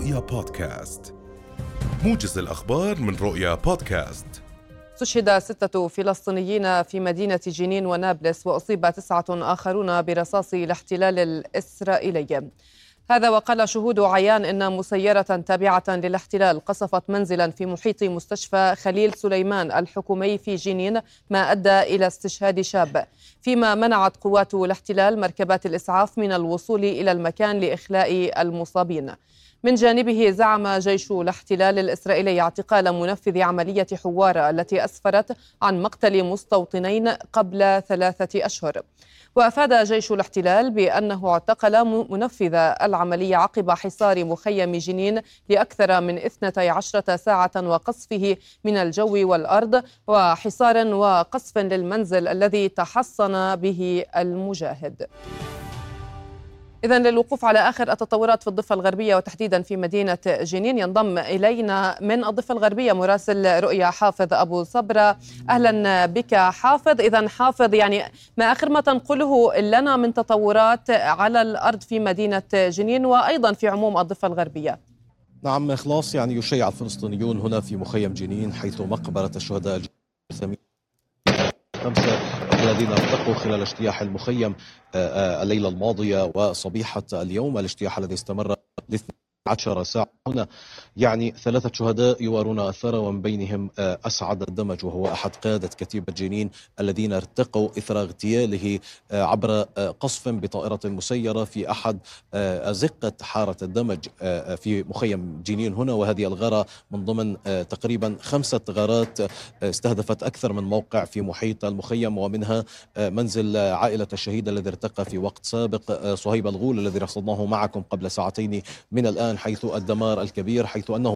رؤيا بودكاست، موجز الأخبار من رؤيا بودكاست. استشهد 6 فلسطينيين في مدينة جنين ونابلس، وأصيب 9 آخرون برصاص الاحتلال الإسرائيلي. هذا وقال شهود عيان إن مسيرة تابعة للاحتلال قصفت منزلا في محيط مستشفى خليل سليمان الحكومي في جنين، ما أدى إلى استشهاد شاب، فيما منعت قوات الاحتلال مركبات الإسعاف من الوصول إلى المكان لإخلاء المصابين. من جانبه زعم جيش الاحتلال الإسرائيلي اعتقال منفذ عملية حوارة التي أسفرت عن مقتل مستوطنين قبل 3 أشهر. وأفاد جيش الاحتلال بأنه اعتقل منفذ العملية عقب حصار مخيم جنين لأكثر من 12 ساعة وقصفه من الجو والأرض، وحصار وقصف للمنزل الذي تحصن به المجاهد. إذن للوقوف على آخر التطورات في الضفة الغربية وتحديدا في مدينة جنين، ينضم إلينا من الضفة الغربية مراسل رؤيا حافظ أبو صبرة. أهلا بك حافظ. إذن حافظ، يعني ما آخر ما تنقله لنا من تطورات على الأرض في مدينة جنين وأيضا في عموم الضفة الغربية؟ نعم إخلاص، يعني يشيع الفلسطينيون هنا في مخيم جنين حيث مقبرة الشهداء 5 الذين ارتقوا خلال اجتياح المخيم الليلة الماضية وصبيحة اليوم، الاجتياح الذي استمر 12 ساعة. هنا يعني 3 شهداء يوارون أثار، ومن بينهم أسعد الدمج، وهو أحد قادة كتيبة جنين الذين ارتقوا إثر اغتياله عبر قصف بطائرة مسيرة في أحد أزقة حارة الدمج في مخيم جنين هنا. وهذه الغارة من ضمن تقريبا 5 غارات استهدفت أكثر من موقع في محيط المخيم، ومنها منزل عائلة الشهيد الذي ارتقى في وقت سابق، صهيب الغول الذي رصدناه معكم قبل ساعتين من الآن، حيث الدمار الكبير، حيث أنه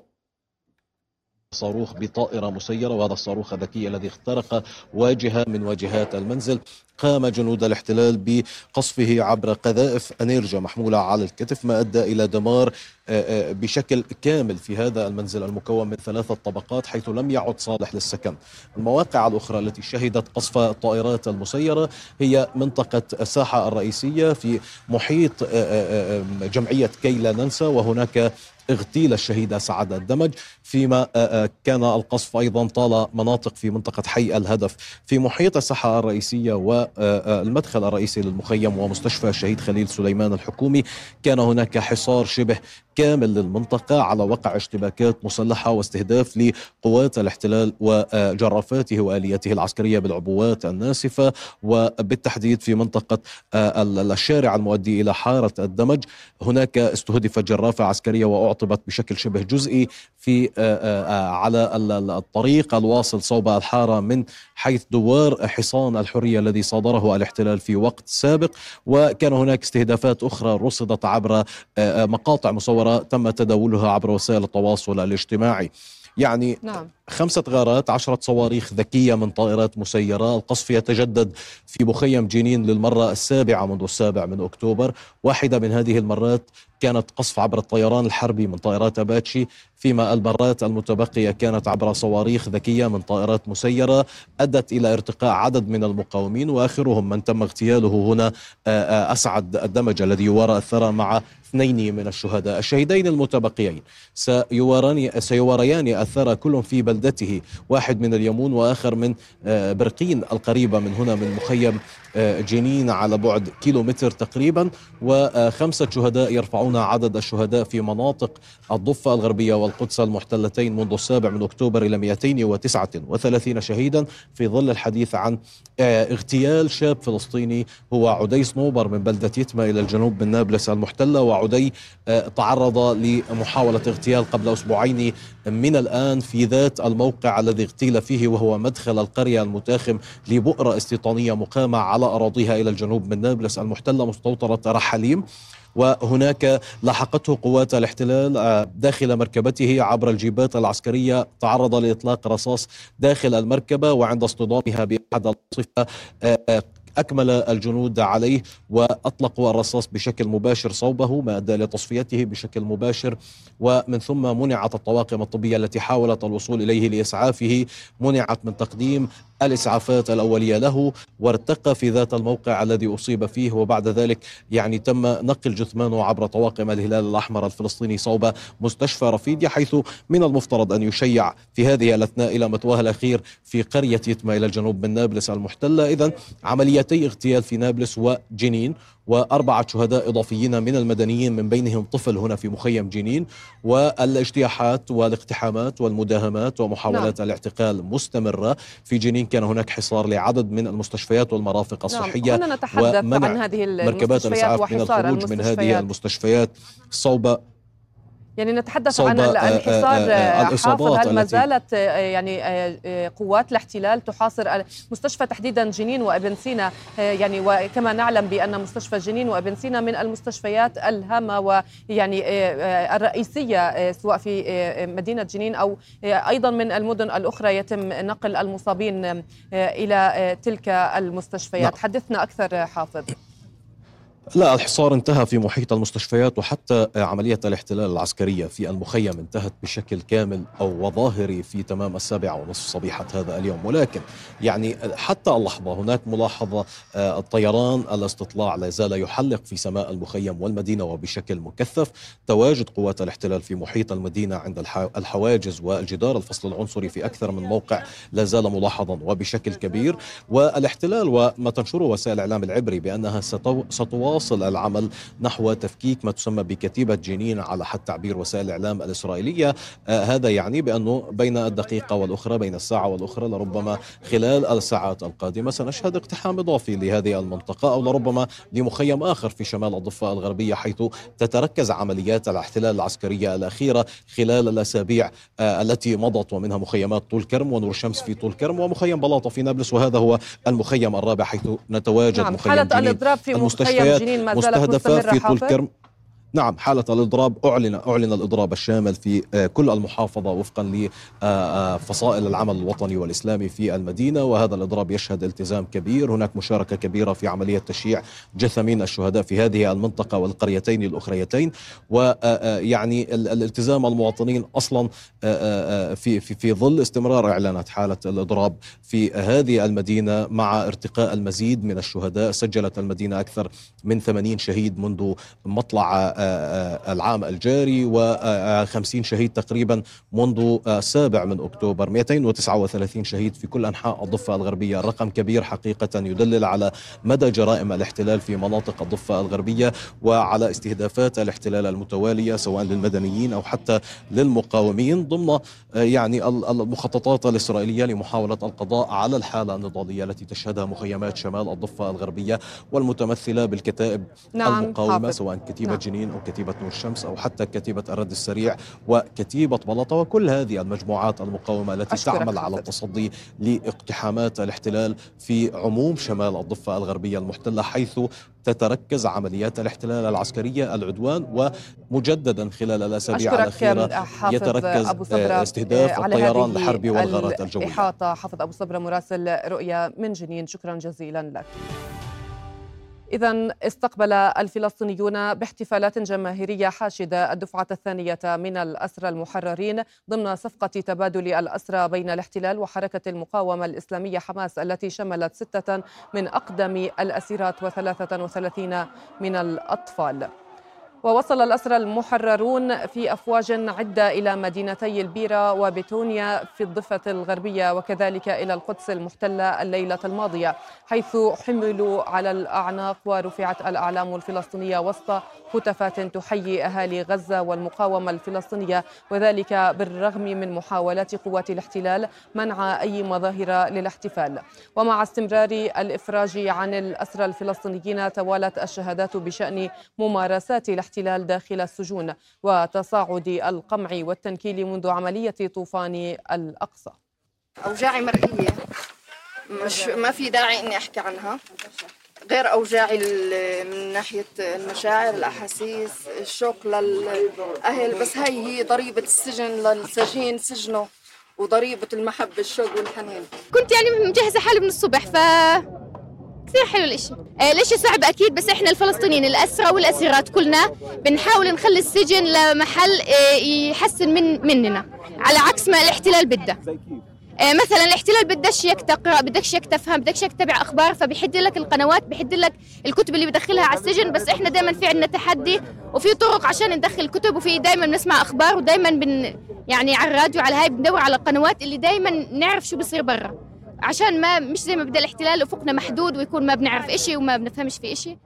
صاروخ بطائرة مسيرة، وهذا الصاروخ الذكي الذي اخترق واجهة من واجهات المنزل قام جنود الاحتلال بقصفه عبر قذائف أنيرجا محمولة على الكتف، ما أدى إلى دمار بشكل كامل في هذا المنزل المكون من 3 طبقات، حيث لم يعد صالح للسكن. المواقع الأخرى التي شهدت قصف الطائرات المسيرة هي منطقة الساحة الرئيسية في محيط جمعية كي لا ننسى، وهناك اغتيل الشهيد سعد الدمج، فيما كان القصف أيضا طال مناطق في منطقة حي الهدف. في محيط الساحة الرئيسية والمدخل الرئيسي للمخيم ومستشفى الشهيد خليل سليمان الحكومي كان هناك حصار شبه كامل للمنطقة على وقع اشتباكات مسلحة واستهداف لقوات الاحتلال وجرافاته وآلياته العسكرية بالعبوات الناسفة، وبالتحديد في منطقة الشارع المؤدي إلى حارة الدمج هناك استهدفت جرافة عسكرية وأعطبت بشكل شبه جزئي في على الطريق الواصل صوب الحارة من حيث دوار حصان الحرية الذي صادره الاحتلال في وقت سابق. وكان هناك استهدافات أخرى رصدت عبر مقاطع مصورة تم تداولها عبر وسائل التواصل الاجتماعي. يعني نعم. 5 غارات، 10 صواريخ ذكية من طائرات مسيرة. القصف يتجدد في مخيم جنين للمرة السابعة منذ 7 أكتوبر. واحدة من هذه المرات كانت قصف عبر الطيران الحربي من طائرات أباتشي، فيما المرات المتبقية كانت عبر صواريخ ذكية من طائرات مسيرة أدت إلى ارتقاء عدد من المقاومين، وآخرهم من تم اغتياله هنا أسعد الدمج الذي يوارى الثرى مع 2 من الشهداء. الشهيدين المتبقيين سيواريان الثرى كل في بلدته، واحد من اليمون وآخر من برقين القريبة من هنا من مخيم جنين على بعد كيلومتر تقريبا. و5 شهداء يرفعون عدد الشهداء في مناطق الضفة الغربية والقدس المحتلتين منذ 7 أكتوبر إلى 239 شهيدا، في ظل الحديث عن اغتيال شاب فلسطيني هو عدي صنوبر من بلدة يتما إلى الجنوب من نابلس المحتلة. وعدي تعرض لمحاولة اغتيال قبل 2 أسبوعين من الآن في ذات الموقع الذي اغتيل فيه، وهو مدخل القرية المتاخم لبؤرة استيطانية مقامة على أراضيها إلى الجنوب من نابلس المحتلة مستوطنة رحاليم. وهناك لاحقته قوات الاحتلال داخل مركبته عبر الجيبات العسكرية، تعرض لإطلاق رصاص داخل المركبة، وعند اصطدامها بأحد الأصفة أكمل الجنود عليه وأطلقوا الرصاص بشكل مباشر صوبه، ما أدى لتصفيته بشكل مباشر. ومن ثم منعت الطواقم الطبية التي حاولت الوصول إليه لإسعافه، منعت من تقديم الإسعافات الأولية له، وارتقى في ذات الموقع الذي أصيب فيه، وبعد ذلك يعني تم نقل جثمانه عبر طواقم الهلال الأحمر الفلسطيني صوب مستشفى رفيدية، حيث من المفترض أن يشيع في هذه الأثناء إلى مثواه الأخير في قرية يتما إلى الجنوب من نابلس المحتلة. إذن عمليتي اغتيال في نابلس وجنين، و4 شهداء إضافيين من المدنيين من بينهم طفل هنا في مخيم جنين، والاجتياحات والاقتحامات والمداهمات ومحاولات الاعتقال مستمرة في جنين. كان هناك حصار لعدد من المستشفيات والمرافق الصحية، هنا نتحدث ومنع عن هذه مركبات الإسعاف من الخروج من هذه المستشفيات صوب يعني نتحدث عن الحصار. حافظ، هل ما زالت يعني قوات الاحتلال تحاصر مستشفى تحديدا جنين وابن سينا؟ يعني وكما نعلم بأن مستشفى جنين وابن سينا من المستشفيات الهامة ويعني الرئيسية سواء في مدينة جنين أو أيضا من المدن الأخرى يتم نقل المصابين إلى تلك المستشفيات. حدثنا أكثر حافظ. لا، الحصار انتهى في محيط المستشفيات، وحتى عملية الاحتلال العسكرية في المخيم انتهت بشكل كامل أو وظاهري في تمام 7:30 صبيحة هذا اليوم. ولكن يعني حتى اللحظة هناك ملاحظة، الطيران الاستطلاع لا زال يحلق في سماء المخيم والمدينة وبشكل مكثف. تواجد قوات الاحتلال في محيط المدينة عند الحواجز والجدار الفصل العنصري في أكثر من موقع لا زال ملاحظا وبشكل كبير. والاحتلال وما تنشره وسائل الإعلام العبري بأنها ستواصل العمل نحو تفكيك ما تسمى بكتيبة جنين على حد تعبير وسائل الإعلام الإسرائيلية. هذا يعني بأنه بين الدقيقة والأخرى، بين الساعة والأخرى، لربما خلال الساعات القادمة سنشهد اقتحام إضافي لهذه المنطقة، أو لربما لمخيم آخر في شمال الضفة الغربية، حيث تتركز عمليات الاحتلال العسكرية الأخيرة خلال الأسابيع التي مضت، ومنها مخيمات طول كرم ونور شمس في طول كرم ومخيم بلاطة في نابلس، وهذا هو المخيم الرابع حيث نتواجد. مخيم حالة جنين الإضراب في مخيم جنين ما زالت مستمرة في طول كرم. نعم، حالة الإضراب أعلن الإضراب الشامل في كل المحافظة وفقا لفصائل العمل الوطني والإسلامي في المدينة، وهذا الإضراب يشهد التزام كبير. هناك مشاركة كبيرة في عملية تشييع جثمين الشهداء في هذه المنطقة والقريتين الأخريتين، ويعني الالتزام المواطنين أصلا في ظل استمرار إعلانات حالة الإضراب في هذه المدينة مع ارتقاء المزيد من الشهداء. سجلت المدينة أكثر من 80 شهيد منذ مطلع العام الجاري، و50 شهيد تقريبا منذ 7 من أكتوبر، 239 شهيد في كل أنحاء الضفة الغربية. الرقم كبير حقيقة، يدلل على مدى جرائم الاحتلال في مناطق الضفة الغربية وعلى استهدافات الاحتلال المتوالية سواء للمدنيين أو حتى للمقاومين ضمن يعني المخططات الإسرائيلية لمحاولة القضاء على الحالة النضالية التي تشهدها مخيمات شمال الضفة الغربية والمتمثلة بالكتائب المقاومة، سواء كتيبة جنين أو كتيبة نور الشمس أو حتى كتيبة الرد السريع وكتيبة بلاطة، وكل هذه المجموعات المقاومة التي تعمل على التصدي لاقتحامات الاحتلال في عموم شمال الضفة الغربية المحتلة، حيث تتركز عمليات الاحتلال العسكرية العدوان، ومجددا خلال الأسابيع الأخيرة يتركز استهداف الطيران الحربي والغارات الجوية. إحاطة حافظ أبو صبرة مراسل رؤيا من جنين، شكرا جزيلا لك. إذن استقبل الفلسطينيون باحتفالات جماهيرية حاشدة الدفعة الثانية من الأسرى المحررين ضمن صفقة تبادل الأسرى بين الاحتلال وحركة المقاومة الإسلامية حماس التي شملت 6 من أقدم الأسيرات و33 من الأطفال. ووصل الأسرى المحررون في أفواج عدة إلى مدينتي البيرة وبيتونيا في الضفة الغربية وكذلك إلى القدس المحتلة الليلة الماضية، حيث حملوا على الأعناق ورفعت الأعلام الفلسطينية وسط هتافات تحيي أهالي غزة والمقاومة الفلسطينية، وذلك بالرغم من محاولات قوات الاحتلال منع أي مظاهر للاحتفال. ومع استمرار الإفراج عن الأسرى الفلسطينيين توالت الشهادات بشأن ممارسات الاحتلال داخل السجون وتصاعد القمع والتنكيل منذ عملية طوفان الأقصى. أوجاعي مرئية، ما في داعي إني أحكي عنها، غير أوجاعي من ناحية المشاعر، الأحاسيس، الشوق للأهل، بس هي ضريبة السجن للسجين سجنه وضريبة المحبة الشوق والحنين. كنت يعني مجهزة حالي من الصبح، كثير حلو الاشي صعب أكيد، بس إحنا الفلسطينيين الأسرى والأسيرات كلنا بنحاول نخلي السجن لمحل يحسن مننا على عكس ما الاحتلال بده. مثلا الاحتلال بدكش يك تقرا، بدكش يك تفهم، بدكش يك تتابع اخبار، فبيحد لك القنوات، بيحد لك الكتب اللي بدخلها على السجن. بس احنا دائما في عندنا تحدي وفي طرق عشان ندخل الكتب، وفي دائما بنسمع اخبار، ودائما يعني على الراديو على هاي بندور على القنوات اللي دائما نعرف شو بصير برا، عشان ما مش زي ما بدا الاحتلال افقنا محدود ويكون ما بنعرف إشي وما بنفهمش في إشي.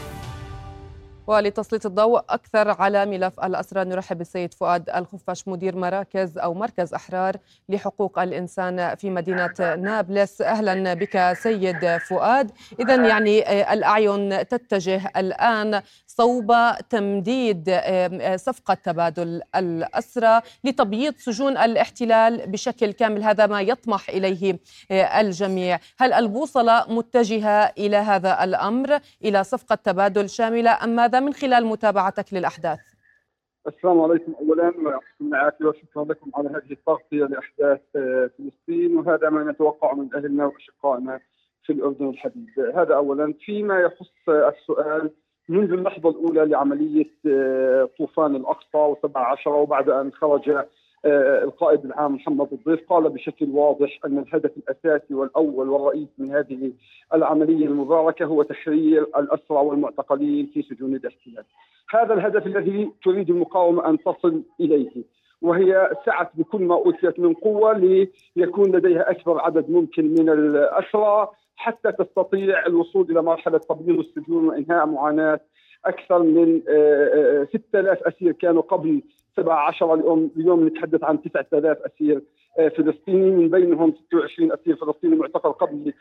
ولتسليط الضوء أكثر على ملف الأسرى نرحب بالسيد فؤاد الخفاش، مدير مركز أحرار لحقوق الإنسان في مدينة نابلس. أهلا بك سيد فؤاد. إذن يعني الأعين تتجه الآن صوب تمديد صفقة تبادل الأسرى لتبييض سجون الاحتلال بشكل كامل، هذا ما يطمح إليه الجميع. هل البوصلة متجهة إلى هذا الأمر، إلى صفقة تبادل شاملة، أم ماذا من خلال متابعتك للأحداث؟ السلام عليكم. أولا يعطيكم العافية وشكرا لكم على هذه التغطية لأحداث فلسطين، وهذا ما نتوقع من أهلنا وأشقائنا في الأردن الحبيب. هذا أولا. فيما يخص السؤال، منذ اللحظة الأولى لعملية طوفان الأقصى و17 وبعد أن خرج القائد العام محمد الضيف قال بشكل واضح أن الهدف الأساسي والأول والرئيسي من هذه العملية المباركة هو تحرير الأسرى والمعتقلين في سجون الاحتلال. هذا الهدف الذي تريد المقاومة أن تصل إليه، وهي سعت بكل ما أوتيت من قوة ليكون لديها أكبر عدد ممكن من الأسرى حتى تستطيع الوصول إلى مرحلة تبييض السجون وإنهاء معاناة أكثر من 6000 أسير كانوا قبل 17. اليوم نتحدث عن 9000 أسير فلسطيني، من بينهم 26 أسير فلسطيني معتقل قبل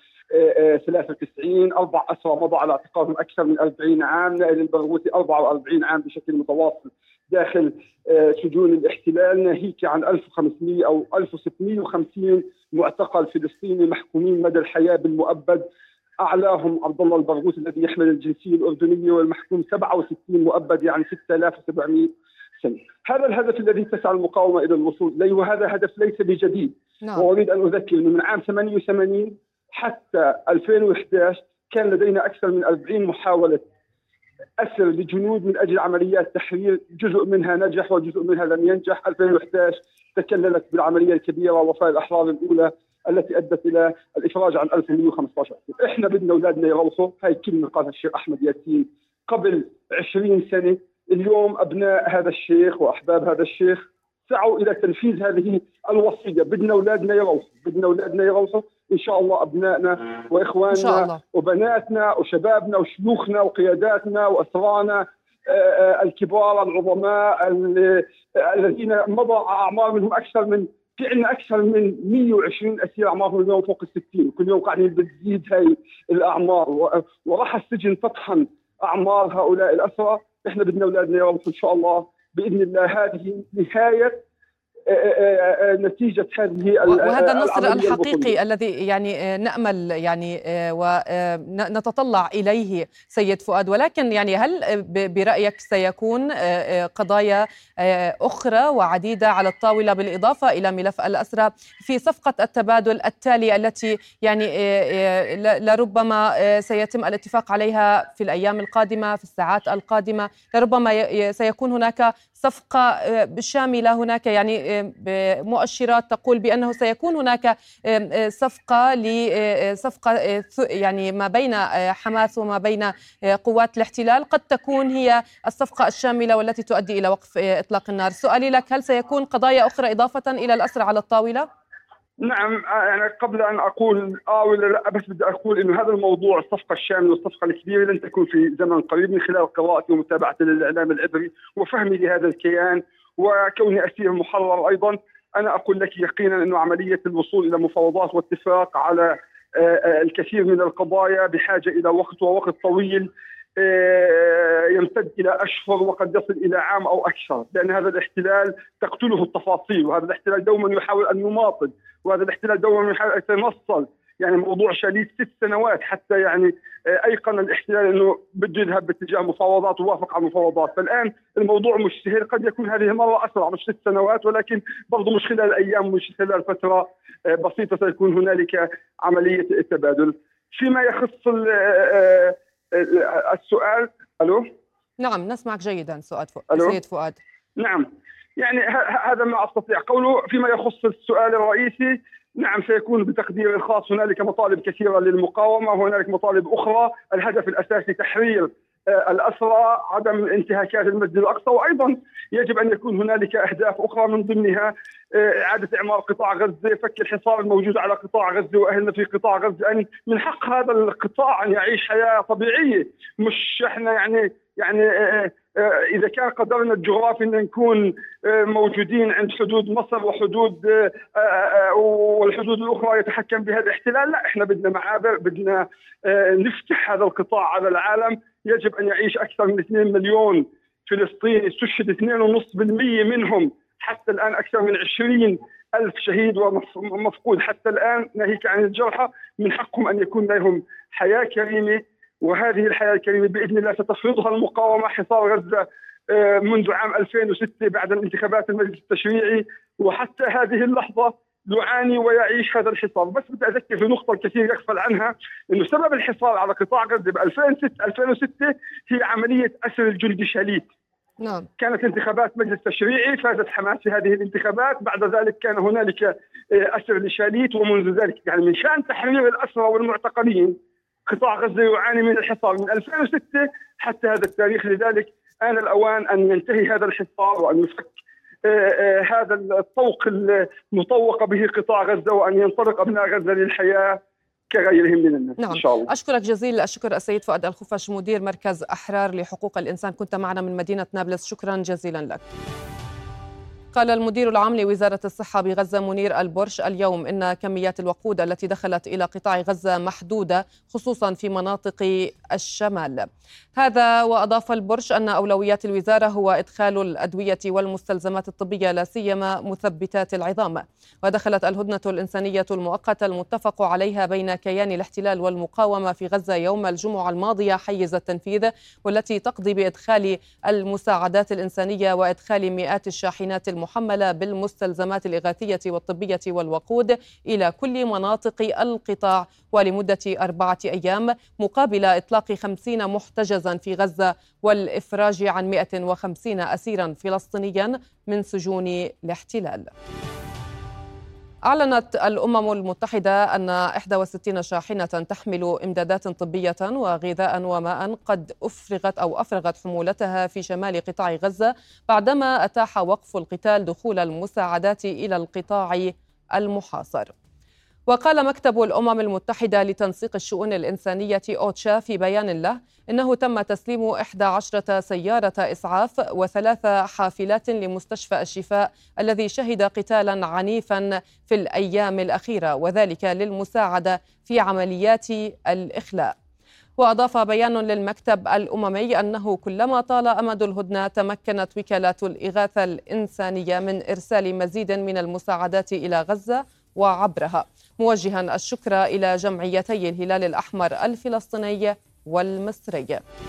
93، 4 أسرى مضى على اعتقالهم أكثر من 40 عام، نائل البرغوثي 44 عام بشكل متواصل داخل سجون الاحتلال، ناهيك عن 1500 أو 1650 معتقل فلسطيني محكومين مدى الحياة بالمؤبد، أعلاهم عبد الله البرغوثي الذي يحمل الجنسية الأردنية والمحكوم 67 مؤبد، يعني 6700 سنة. هذا الهدف الذي تسعى المقاومة إلى الوصول إليه، وهذا هدف ليس بجديد. وأريد أن أذكر أنه من عام 88 حتى 2011 كان لدينا أكثر من 40 محاولة أسر لجنود من أجل عمليات تحرير، جزء منها نجح وجزء منها لم ينجح. 2011 تكللت بالعملية الكبيرة وفاء الأحرار الأولى التي أدت إلى الإفراج عن 1115. إحنا بدنا أولادنا يروحوا، هاي كلمة قالها الشيخ أحمد ياسين قبل 20 سنة. اليوم أبناء هذا الشيخ وأحباب هذا الشيخ سعوا إلى تنفيذ هذه الوصية. بدنا أولادنا يروحوا، بدنا أولادنا يروحوا. إن شاء الله أبنائنا وإخواننا وبناتنا وشبابنا وشيوخنا وقياداتنا وأسرانا الكبار العظماء الذين مضى أعمار منهم أكثر من، في عندنا أكثر من 120 أسير أعمارهم اليوم فوق 60، كل يوم قاعدين بتزيد هاي الأعمار، وراح السجن تطحن أعمار هؤلاء الأسرى. إحنا بدنا أولادنا يروحوا إن شاء الله بإذن الله. هذه نهاية نتيجة هذه وهذا النصر الحقيقي الذي يعني نأمل يعني ونتطلع إليه سيد فؤاد. ولكن يعني هل برأيك سيكون قضايا أخرى وعديدة على الطاولة بالإضافة إلى ملف الأسرى في صفقة التبادل التالية التي يعني لربما سيتم الاتفاق عليها في الأيام القادمة، في الساعات القادمة؟ لربما سيكون هناك صفقة شاملة، هناك يعني مؤشرات تقول بأنه سيكون هناك صفقة يعني ما بين حماس وما بين قوات الاحتلال، قد تكون هي الصفقة الشاملة والتي تؤدي إلى وقف إطلاق النار. سؤالي لك، هل سيكون قضايا أخرى إضافة إلى الأسرى على الطاولة؟ نعم، يعني قبل أن أقول ولا لا، بس بدي أقول إنه هذا الموضوع الصفقة الشاملة والصفقة الكبيرة لن تكون في زمن قريب. من خلال قراءتي ومتابعتي للإعلام العبري وفهمي لهذا الكيان وكوني أسير محرر أيضا، أنا أقول لك يقينا أنه عملية الوصول إلى مفاوضات واتفاق على الكثير من القضايا بحاجة إلى وقت، ووقت طويل يمتد إلى أشهر وقد يصل إلى عام أو أكثر، لأن هذا الاحتلال تقتله التفاصيل، وهذا الاحتلال دوما يحاول أن يماطل، وهذا الاحتلال دوما يحاول أن يتنصل. يعني موضوع شليت 6 سنوات حتى يعني أيقن الاحتلال أنه بده يذهب باتجاه مفاوضات ووافق على المفاوضات. فالآن الموضوع مش سهل، قد يكون هذه المرة أسرع، مش 6 سنوات، ولكن برضو مش خلال أيام، مش خلال فترة بسيطة سيكون هنالك عملية التبادل. فيما يخص السؤال، ألو؟ نعم نسمعك جيدا سيد فؤاد. نعم، يعني هذا ما أستطيع قوله. فيما يخص السؤال الرئيسي، نعم سيكون بتقدير الخاص. هنالك مطالب كثيرة للمقاومة وهنالك مطالب أخرى. الهدف الأساسي تحرير الأسرى، عدم انتهاكات المسجد الأقصى، وأيضا يجب أن يكون هنالك أهداف أخرى من ضمنها إعادة إعمار قطاع غزة، فك الحصار الموجود على قطاع غزة وأهلنا في قطاع غزة. أن من حق هذا القطاع أن يعيش حياة طبيعية، مش إحنا يعني إذا كان قدرنا الجغرافي أن نكون موجودين عند حدود مصر وحدود والحدود الأخرى يتحكم بها الاحتلال، لا إحنا بدنا معابر، بدنا نفتح هذا القطاع على العالم. يجب أن يعيش أكثر من 2 مليون فلسطيني، استشهد 2.5% منهم حتى الآن، أكثر من 20,000 شهيد ومفقود حتى الآن، ناهيك عن الجرحى. من حقهم أن يكون لهم حياة كريمة، وهذه الحياة الكريمة بإذن الله ستفرضها المقاومة. حصار غزة منذ عام 2006 بعد الانتخابات المجلس التشريعي وحتى هذه اللحظة يعاني ويعيش هذا الحصار. بس بدي أذكر في نقطة الكثير يغفل عنها، إنه سبب الحصار على قطاع غزة ب 2006 هي عملية أسر الجندي شاليت. نعم. كانت انتخابات مجلس تشريعي، فازت حماس في هذه الانتخابات، بعد ذلك كان هنالك أسر لشاليت، ومنذ ذلك يعني من شأن تحرير الأسرى والمعتقلين. قطاع غزة يعاني من الحصار من 2006 حتى هذا التاريخ. لذلك آن الأوان أن ينتهي هذا الحصار وأن يفك هذا الطوق المطوق به قطاع غزة، وأن ينطلق أبناء غزة للحياة كغيرهم من الناس. نعم. إن شاء الله. أشكرك جزيل الشكر السيد فؤاد الخفش، مدير مركز أحرار لحقوق الإنسان، كنت معنا من مدينة نابلس، شكرا جزيلا لك. قال المدير العام لوزارة الصحة بغزة منير البرش اليوم إن كميات الوقود التي دخلت إلى قطاع غزة محدودة خصوصا في مناطق الشمال. هذا وأضاف البرش أن أولويات الوزارة هو إدخال الأدوية والمستلزمات الطبية لا سيما مثبتات العظام. ودخلت الهدنة الإنسانية المؤقتة المتفق عليها بين كيان الاحتلال والمقاومة في غزة يوم الجمعة الماضية حيز التنفيذ، والتي تقضي بإدخال المساعدات الإنسانية وإدخال مئات الشاحنات المحملة بالمستلزمات الإغاثية والطبية والوقود إلى كل مناطق القطاع ولمدة 4 أيام، مقابل إطلاق 50 محتجزا في غزة والإفراج عن 150 أسيرا فلسطينيا من سجون الاحتلال. أعلنت الأمم المتحدة أن 61 شاحنة تحمل إمدادات طبية وغذاء وماء قد أفرغت حمولتها في شمال قطاع غزة بعدما أتاح وقف القتال دخول المساعدات إلى القطاع المحاصر. وقال مكتب الأمم المتحدة لتنسيق الشؤون الإنسانية أوتشا في بيان له إنه تم تسليم 11 سيارة إسعاف و3 حافلات لمستشفى الشفاء الذي شهد قتالا عنيفا في الأيام الأخيرة، وذلك للمساعدة في عمليات الإخلاء. وأضاف بيان للمكتب الأممي أنه كلما طال أمد الهدنة تمكنت وكالات الإغاثة الإنسانية من إرسال مزيد من المساعدات إلى غزة وعبرها، موجها الشكر إلى جمعيتي الهلال الأحمر الفلسطيني والمصري.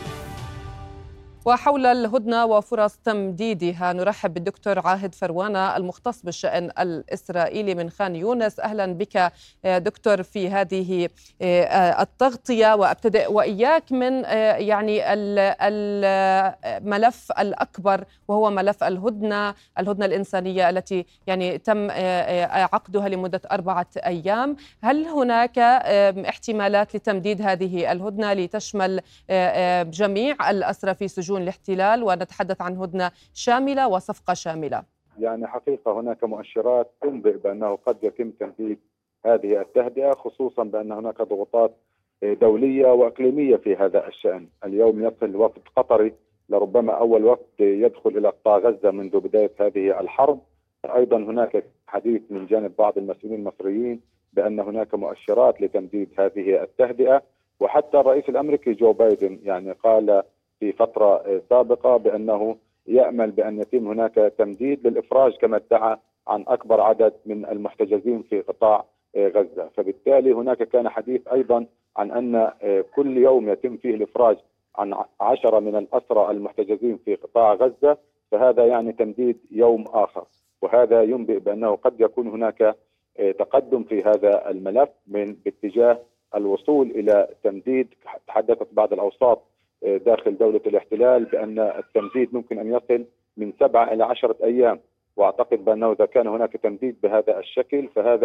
وحول الهدنة وفرص تمديدها نرحب بالدكتور عاهد فروانة المختص بالشأن الإسرائيلي من خان يونس. أهلا بك دكتور في هذه التغطية، وأبتدئ وإياك من يعني الملف الأكبر وهو ملف الهدنة الإنسانية التي يعني تم عقدها لمدة 4 أيام. هل هناك احتمالات لتمديد هذه الهدنة لتشمل جميع الأسرى في سجون الاحتلال، ونتحدث عن هدنة شاملة وصفقة شاملة؟ يعني حقيقة هناك مؤشرات تنبئ بأنه قد يتم تنفيذ هذه التهدئة، خصوصا بأن هناك ضغوطات دولية وإقليمية في هذا الشأن. اليوم يصل وفد قطري، لربما أول وفد يدخل إلى قطاع غزة منذ بداية هذه الحرب. أيضا هناك حديث من جانب بعض المسؤولين المصريين بأن هناك مؤشرات لتمديد هذه التهدئة، وحتى الرئيس الأمريكي جو بايدن يعني قال في فترة سابقة بأنه يأمل بأن يتم هناك تمديد للإفراج كما ادعى عن أكبر عدد من المحتجزين في قطاع غزة. فبالتالي هناك كان حديث أيضا عن أن كل يوم يتم فيه الإفراج عن 10 من الأسرى المحتجزين في قطاع غزة، فهذا يعني تمديد يوم آخر، وهذا ينبئ بأنه قد يكون هناك تقدم في هذا الملف باتجاه الوصول إلى تمديد. تحدثت بعض الأوساط داخل دولة الاحتلال بأن التمديد ممكن أن يصل من 7 إلى 10 أيام، وأعتقد بأنه إذا كان هناك تمديد بهذا الشكل فهذا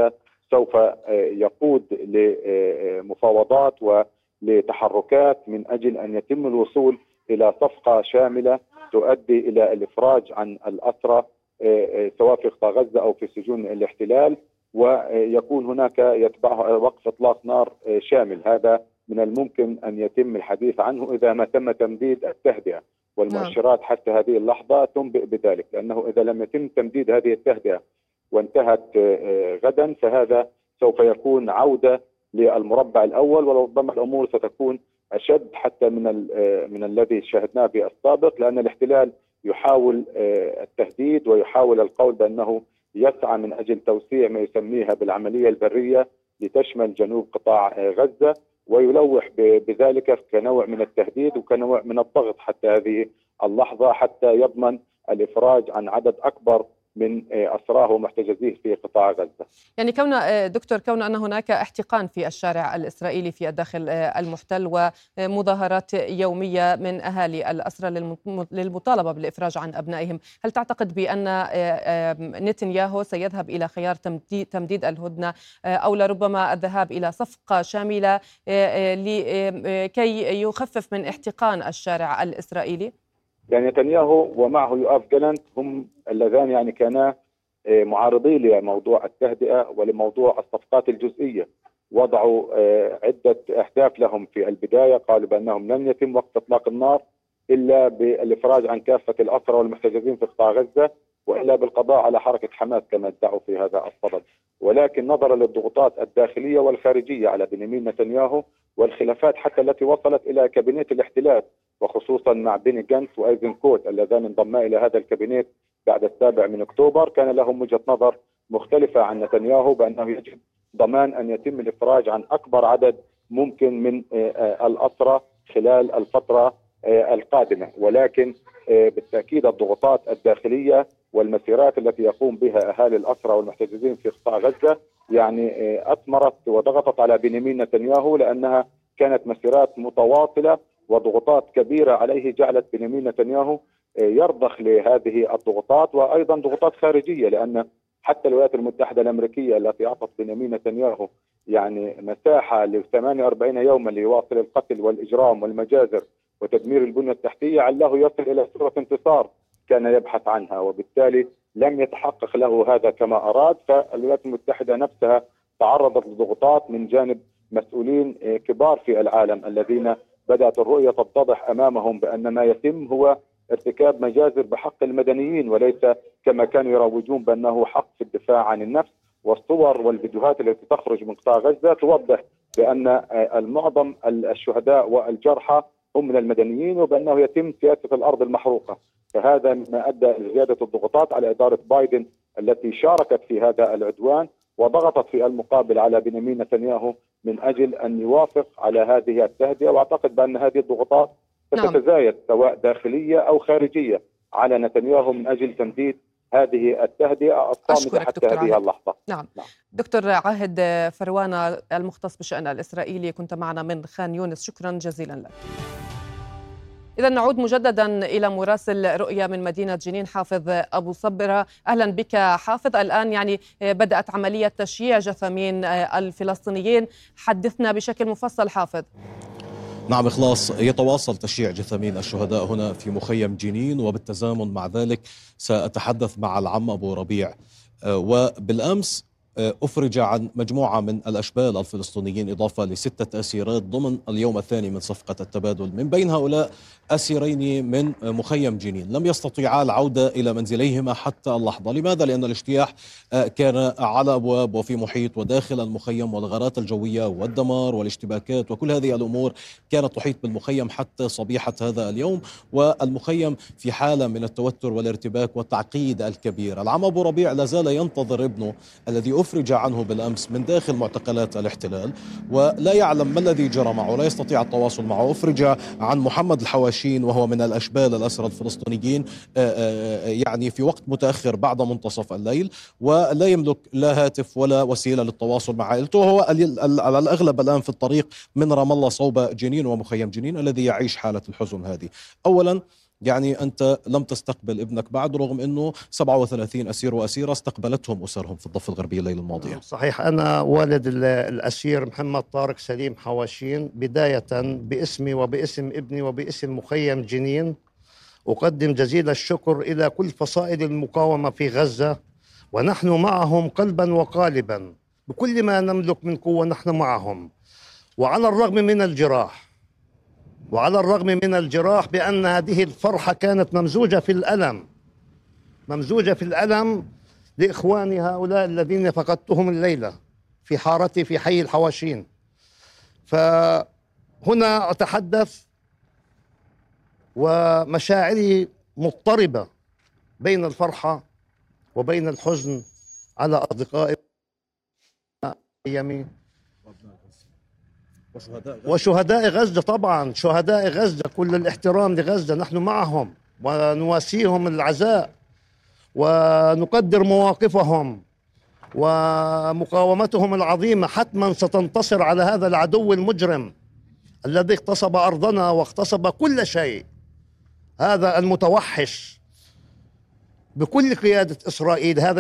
سوف يقود لمفاوضات ولتحركات من أجل أن يتم الوصول إلى صفقة شاملة تؤدي إلى الإفراج عن الأسرى سواء في قطاع غزة أو في سجون الاحتلال، ويكون هناك يتبعها وقف إطلاق نار شامل. هذا من الممكن أن يتم الحديث عنه إذا ما تم تمديد التهدئة، والمؤشرات حتى هذه اللحظة تنبئ بذلك، لأنه إذا لم يتم تمديد هذه التهدئة وانتهت غدا فهذا سوف يكون عودة للمربع الأول، وربما الأمور ستكون أشد حتى من الذي شاهدناه في السابق، لأن الاحتلال يحاول التهديد ويحاول القول بأنه يسعى من أجل توسيع ما يسميها بالعملية البرية لتشمل جنوب قطاع غزة، ويلوح بذلك كنوع من التهديد وكنوع من الضغط حتى هذه اللحظة حتى يضمن الإفراج عن عدد أكبر من أسراه ومحتجزيه في قطاع غزة. يعني كون أن هناك احتقان في الشارع الإسرائيلي في الداخل المحتل ومظاهرات يومية من أهالي الأسرى للمطالبة بالإفراج عن أبنائهم، هل تعتقد بأن نتنياهو سيذهب إلى خيار تمديد الهدنة أو لربما الذهاب إلى صفقة شاملة لكي يخفف من احتقان الشارع الإسرائيلي؟ يعني نتنياهو ومعه يؤاف جالنت هم اللذان يعني كانا معارضين لموضوع التهدئة ولموضوع الصفقات الجزئية، وضعوا عدة أهداف لهم في البداية، قالوا بأنهم لن يتم وقف إطلاق النار إلا بالإفراج عن كافة الأسرى والمحتجزين في قطاع غزة وإلا بالقضاء على حركة حماس كما ادعوا في هذا الصدد، ولكن نظرا للضغوطات الداخلية والخارجية على بنيامين نتنياهو والخلافات حتى التي وصلت إلى كابينت الاحتلال وخصوصا مع بيني جانتس وأيزنكوت اللذان انضما إلى هذا الكابينت بعد 7 أكتوبر، كان لهم وجهة نظر مختلفة عن نتنياهو بأنه يجب ضمان أن يتم الإفراج عن أكبر عدد ممكن من الأسرى خلال الفترة القادمة، ولكن بالتأكيد الضغوطات الداخلية والمسيرات التي يقوم بها أهالي الأسرى والمحتجزين في قطاع غزة يعني أثمرت وضغطت على بنيامين نتنياهو، لأنها كانت مسيرات متواصلة وضغوطات كبيرة عليه جعلت بنيامين نتنياهو يرضخ لهذه الضغوطات، وأيضا ضغوطات خارجية، لأن حتى الولايات المتحدة الأمريكية التي أعطت بنيامين نتنياهو يعني مساحة ل 48 يوما ليواصل القتل والإجرام والمجازر وتدمير البنية التحتية علاه يصل إلى صورة انتصار كان يبحث عنها، وبالتالي لم يتحقق له هذا كما أراد. فالولايات المتحدة نفسها تعرضت لضغوطات من جانب مسؤولين كبار في العالم الذين بدأت الرؤية تتضح أمامهم بأن ما يتم هو ارتكاب مجازر بحق المدنيين وليس كما كانوا يروجون بأنه حق في الدفاع عن النفس، والصور والفيديوهات التي تخرج من قطاع غزة توضح بأن المعظم الشهداء والجرحى هم من المدنيين وبأنه يتم سياسة الأرض المحروقة، فهذا ما أدى لزيادة الضغوطات على إدارة بايدن التي شاركت في هذا العدوان وضغطت في المقابل على بنيامين نتنياهو من أجل أن يوافق على هذه التهدئة، وأعتقد بأن هذه الضغوطات ستتزايد سواء داخلية أو خارجية على نتنياهو من أجل تمديد هذه التهدئة الصامدة حتى هذه اللحظة. نعم. دكتور عاهد فروانة المختص بالشأن الإسرائيلي، كنت معنا من خان يونس، شكرا جزيلا لك. إذا نعود مجددا إلى مراسل رؤيا من مدينة جنين حافظ أبو صبرة. أهلا بك حافظ. الآن يعني بدأت عملية تشييع جثامين الفلسطينيين، حدثنا بشكل مفصل حافظ. نعم إخلاص، يتواصل تشييع جثامين الشهداء هنا في مخيم جنين، وبالتزامن مع ذلك سأتحدث مع العم أبو ربيع. وبالأمس أفرج عن مجموعة من الأشبال الفلسطينيين إضافة ل6 أسيرات ضمن اليوم الثاني من صفقة التبادل، من بين هؤلاء أسيرين من مخيم جنين لم يستطيعا العودة إلى منزليهما حتى اللحظة. لماذا؟ لأن الاجتياح كان على أبواب وفي محيط وداخل المخيم، والغارات الجوية والدمار والاشتباكات وكل هذه الأمور كانت تحيط بالمخيم حتى صبيحة هذا اليوم، والمخيم في حالة من التوتر والارتباك والتعقيد الكبير. العم أبو ربيع لازال ينتظر ابنه الذي أفرج عنه بالأمس من داخل معتقلات الاحتلال، ولا يعلم ما الذي جرى معه، لا يستطيع التواصل معه. أفرج عن محمد الحواشين وهو من الأشبال الأسرى الفلسطينيين يعني في وقت متأخر بعد منتصف الليل، ولا يملك لا هاتف ولا وسيلة للتواصل مع عائلته، وهو على الأغلب الآن في الطريق من رام الله صوب جنين ومخيم جنين الذي يعيش حالة الحزن هذه. أولا يعني أنت لم تستقبل ابنك بعد، رغم أنه 37 أسير وأسيرة استقبلتهم أسرهم في الضفة الغربية الليلة الماضية. صحيح. أنا والد الأسير محمد طارق سليم حواشين، بداية باسمي وباسم ابني وباسم مخيم جنين أقدم جزيل الشكر إلى كل فصائل المقاومة في غزة، ونحن معهم قلبا وقالبا بكل ما نملك من قوة. نحن معهم، وعلى الرغم من الجراح بأن هذه الفرحة كانت ممزوجة في الألم لإخواني هؤلاء الذين فقدتهم الليلة في حارتي في حي الحواشين. فهنا أتحدث ومشاعري مضطربة بين الفرحة وبين الحزن على أصدقائي وشهداء غزة. طبعا شهداء غزة، كل الاحترام لغزة، نحن معهم ونواسيهم العزاء ونقدر مواقفهم ومقاومتهم العظيمة. حتما ستنتصر على هذا العدو المجرم الذي اغتصب أرضنا واغتصب كل شيء. هذا المتوحش بكل قيادة إسرائيل، هذا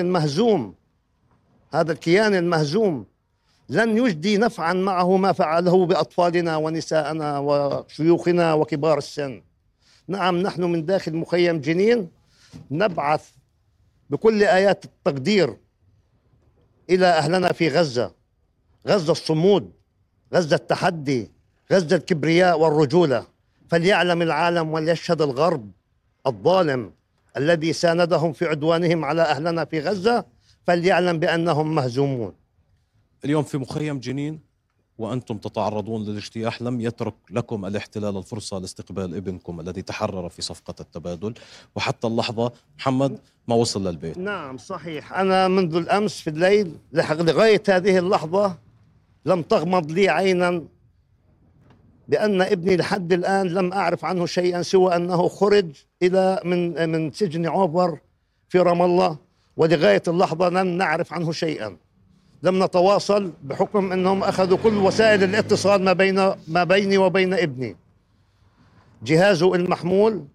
الكيان المهزوم لن يجدي نفعا معه ما فعله بأطفالنا ونساءنا وشيوخنا وكبار السن. نعم، نحن من داخل مخيم جنين نبعث بكل آيات التقدير إلى أهلنا في غزة الصمود، غزة التحدي، غزة الكبرياء والرجولة. فليعلم العالم وليشهد الغرب الظالم الذي ساندهم في عدوانهم على أهلنا في غزة، فليعلم بأنهم مهزومون. اليوم في مخيم جنين وأنتم تتعرضون للاجتياح، لم يترك لكم الاحتلال الفرصة لاستقبال ابنكم الذي تحرر في صفقة التبادل، وحتى اللحظة محمد ما وصل للبيت. نعم صحيح. أنا منذ الأمس في الليل لغاية هذه اللحظة لم تغمض لي عينا بأن ابني لحد الآن لم أعرف عنه شيئا سوى أنه خرج إلى من سجن عوبر في رام الله، ولغاية اللحظة لم نعرف عنه شيئا. لم نتواصل بحكم أنهم أخذوا كل وسائل الاتصال ما بيني وبين ابني. جهازه المحمول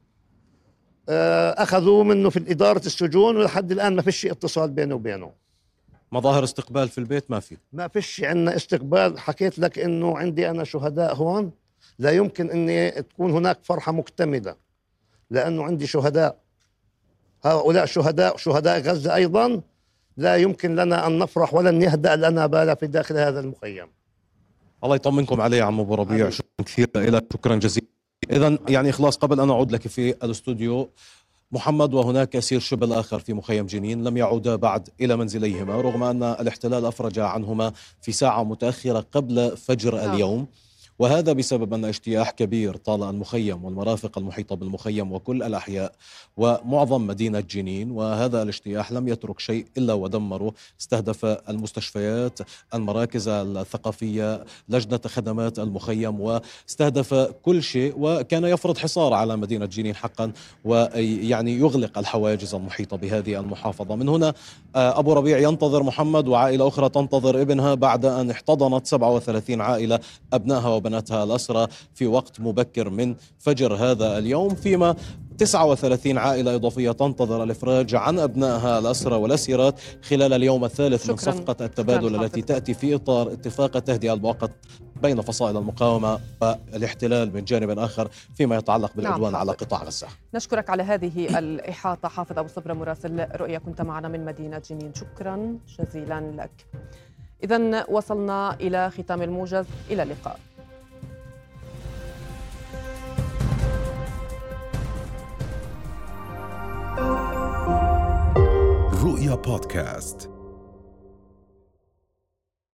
أخذوا منه في إدارة السجون، ولحد الآن ما فيش اتصال بينه وبينه. مظاهر استقبال في البيت ما فيش عندنا استقبال. حكيت لك أنه عندي أنا شهداء هون، لا يمكن أن تكون هناك فرحة مكتملة لأنه عندي شهداء. هؤلاء شهداء غزة أيضا. لا يمكن لنا أن نفرح ولن يهدأ لنا بالا في داخل هذا المخيم. الله يطمنكم عليه عم أبو ربيع. شكرا كثير لك، شكرا جزيلا. إذن يعني خلاص، قبل أن أعود لك في الاستوديو، محمد وهناك أسير شبل آخر في مخيم جنين لم يعودا بعد إلى منزليهما، رغم أن الاحتلال أفرج عنهما في ساعة متأخرة قبل فجر اليوم، وهذا بسبب أن اجتياح كبير طال المخيم والمرافق المحيطة بالمخيم وكل الأحياء ومعظم مدينة جنين، وهذا الاجتياح لم يترك شيء إلا ودمره. استهدف المستشفيات، المراكز الثقافية، لجنة خدمات المخيم، واستهدف كل شيء، وكان يفرض حصار على مدينة جنين حقا، ويعني يغلق الحواجز المحيطة بهذه المحافظة. من هنا أبو ربيع ينتظر محمد وعائلة أخرى تنتظر ابنها بعد أن احتضنت 37 عائلة أبنائها وبناتها الأسرى في وقت مبكر من فجر هذا اليوم، فيما 39 عائلة إضافية تنتظر الإفراج عن أبنائها الأسرى والأسيرات خلال اليوم الثالث من صفقة التبادل التي تأتي في إطار اتفاق التهدئة المؤقت بين فصائل المقاومة والاحتلال من جانب آخر فيما يتعلق بالعدوان على قطاع غزة. نشكرك على هذه الإحاطة حافظ أبو صبرة مراسل رؤيا، كنت معنا من مدينة جنين، شكرا جزيلا لك. إذن وصلنا إلى ختام الموجز، إلى اللقاء. رؤيا بودكاست.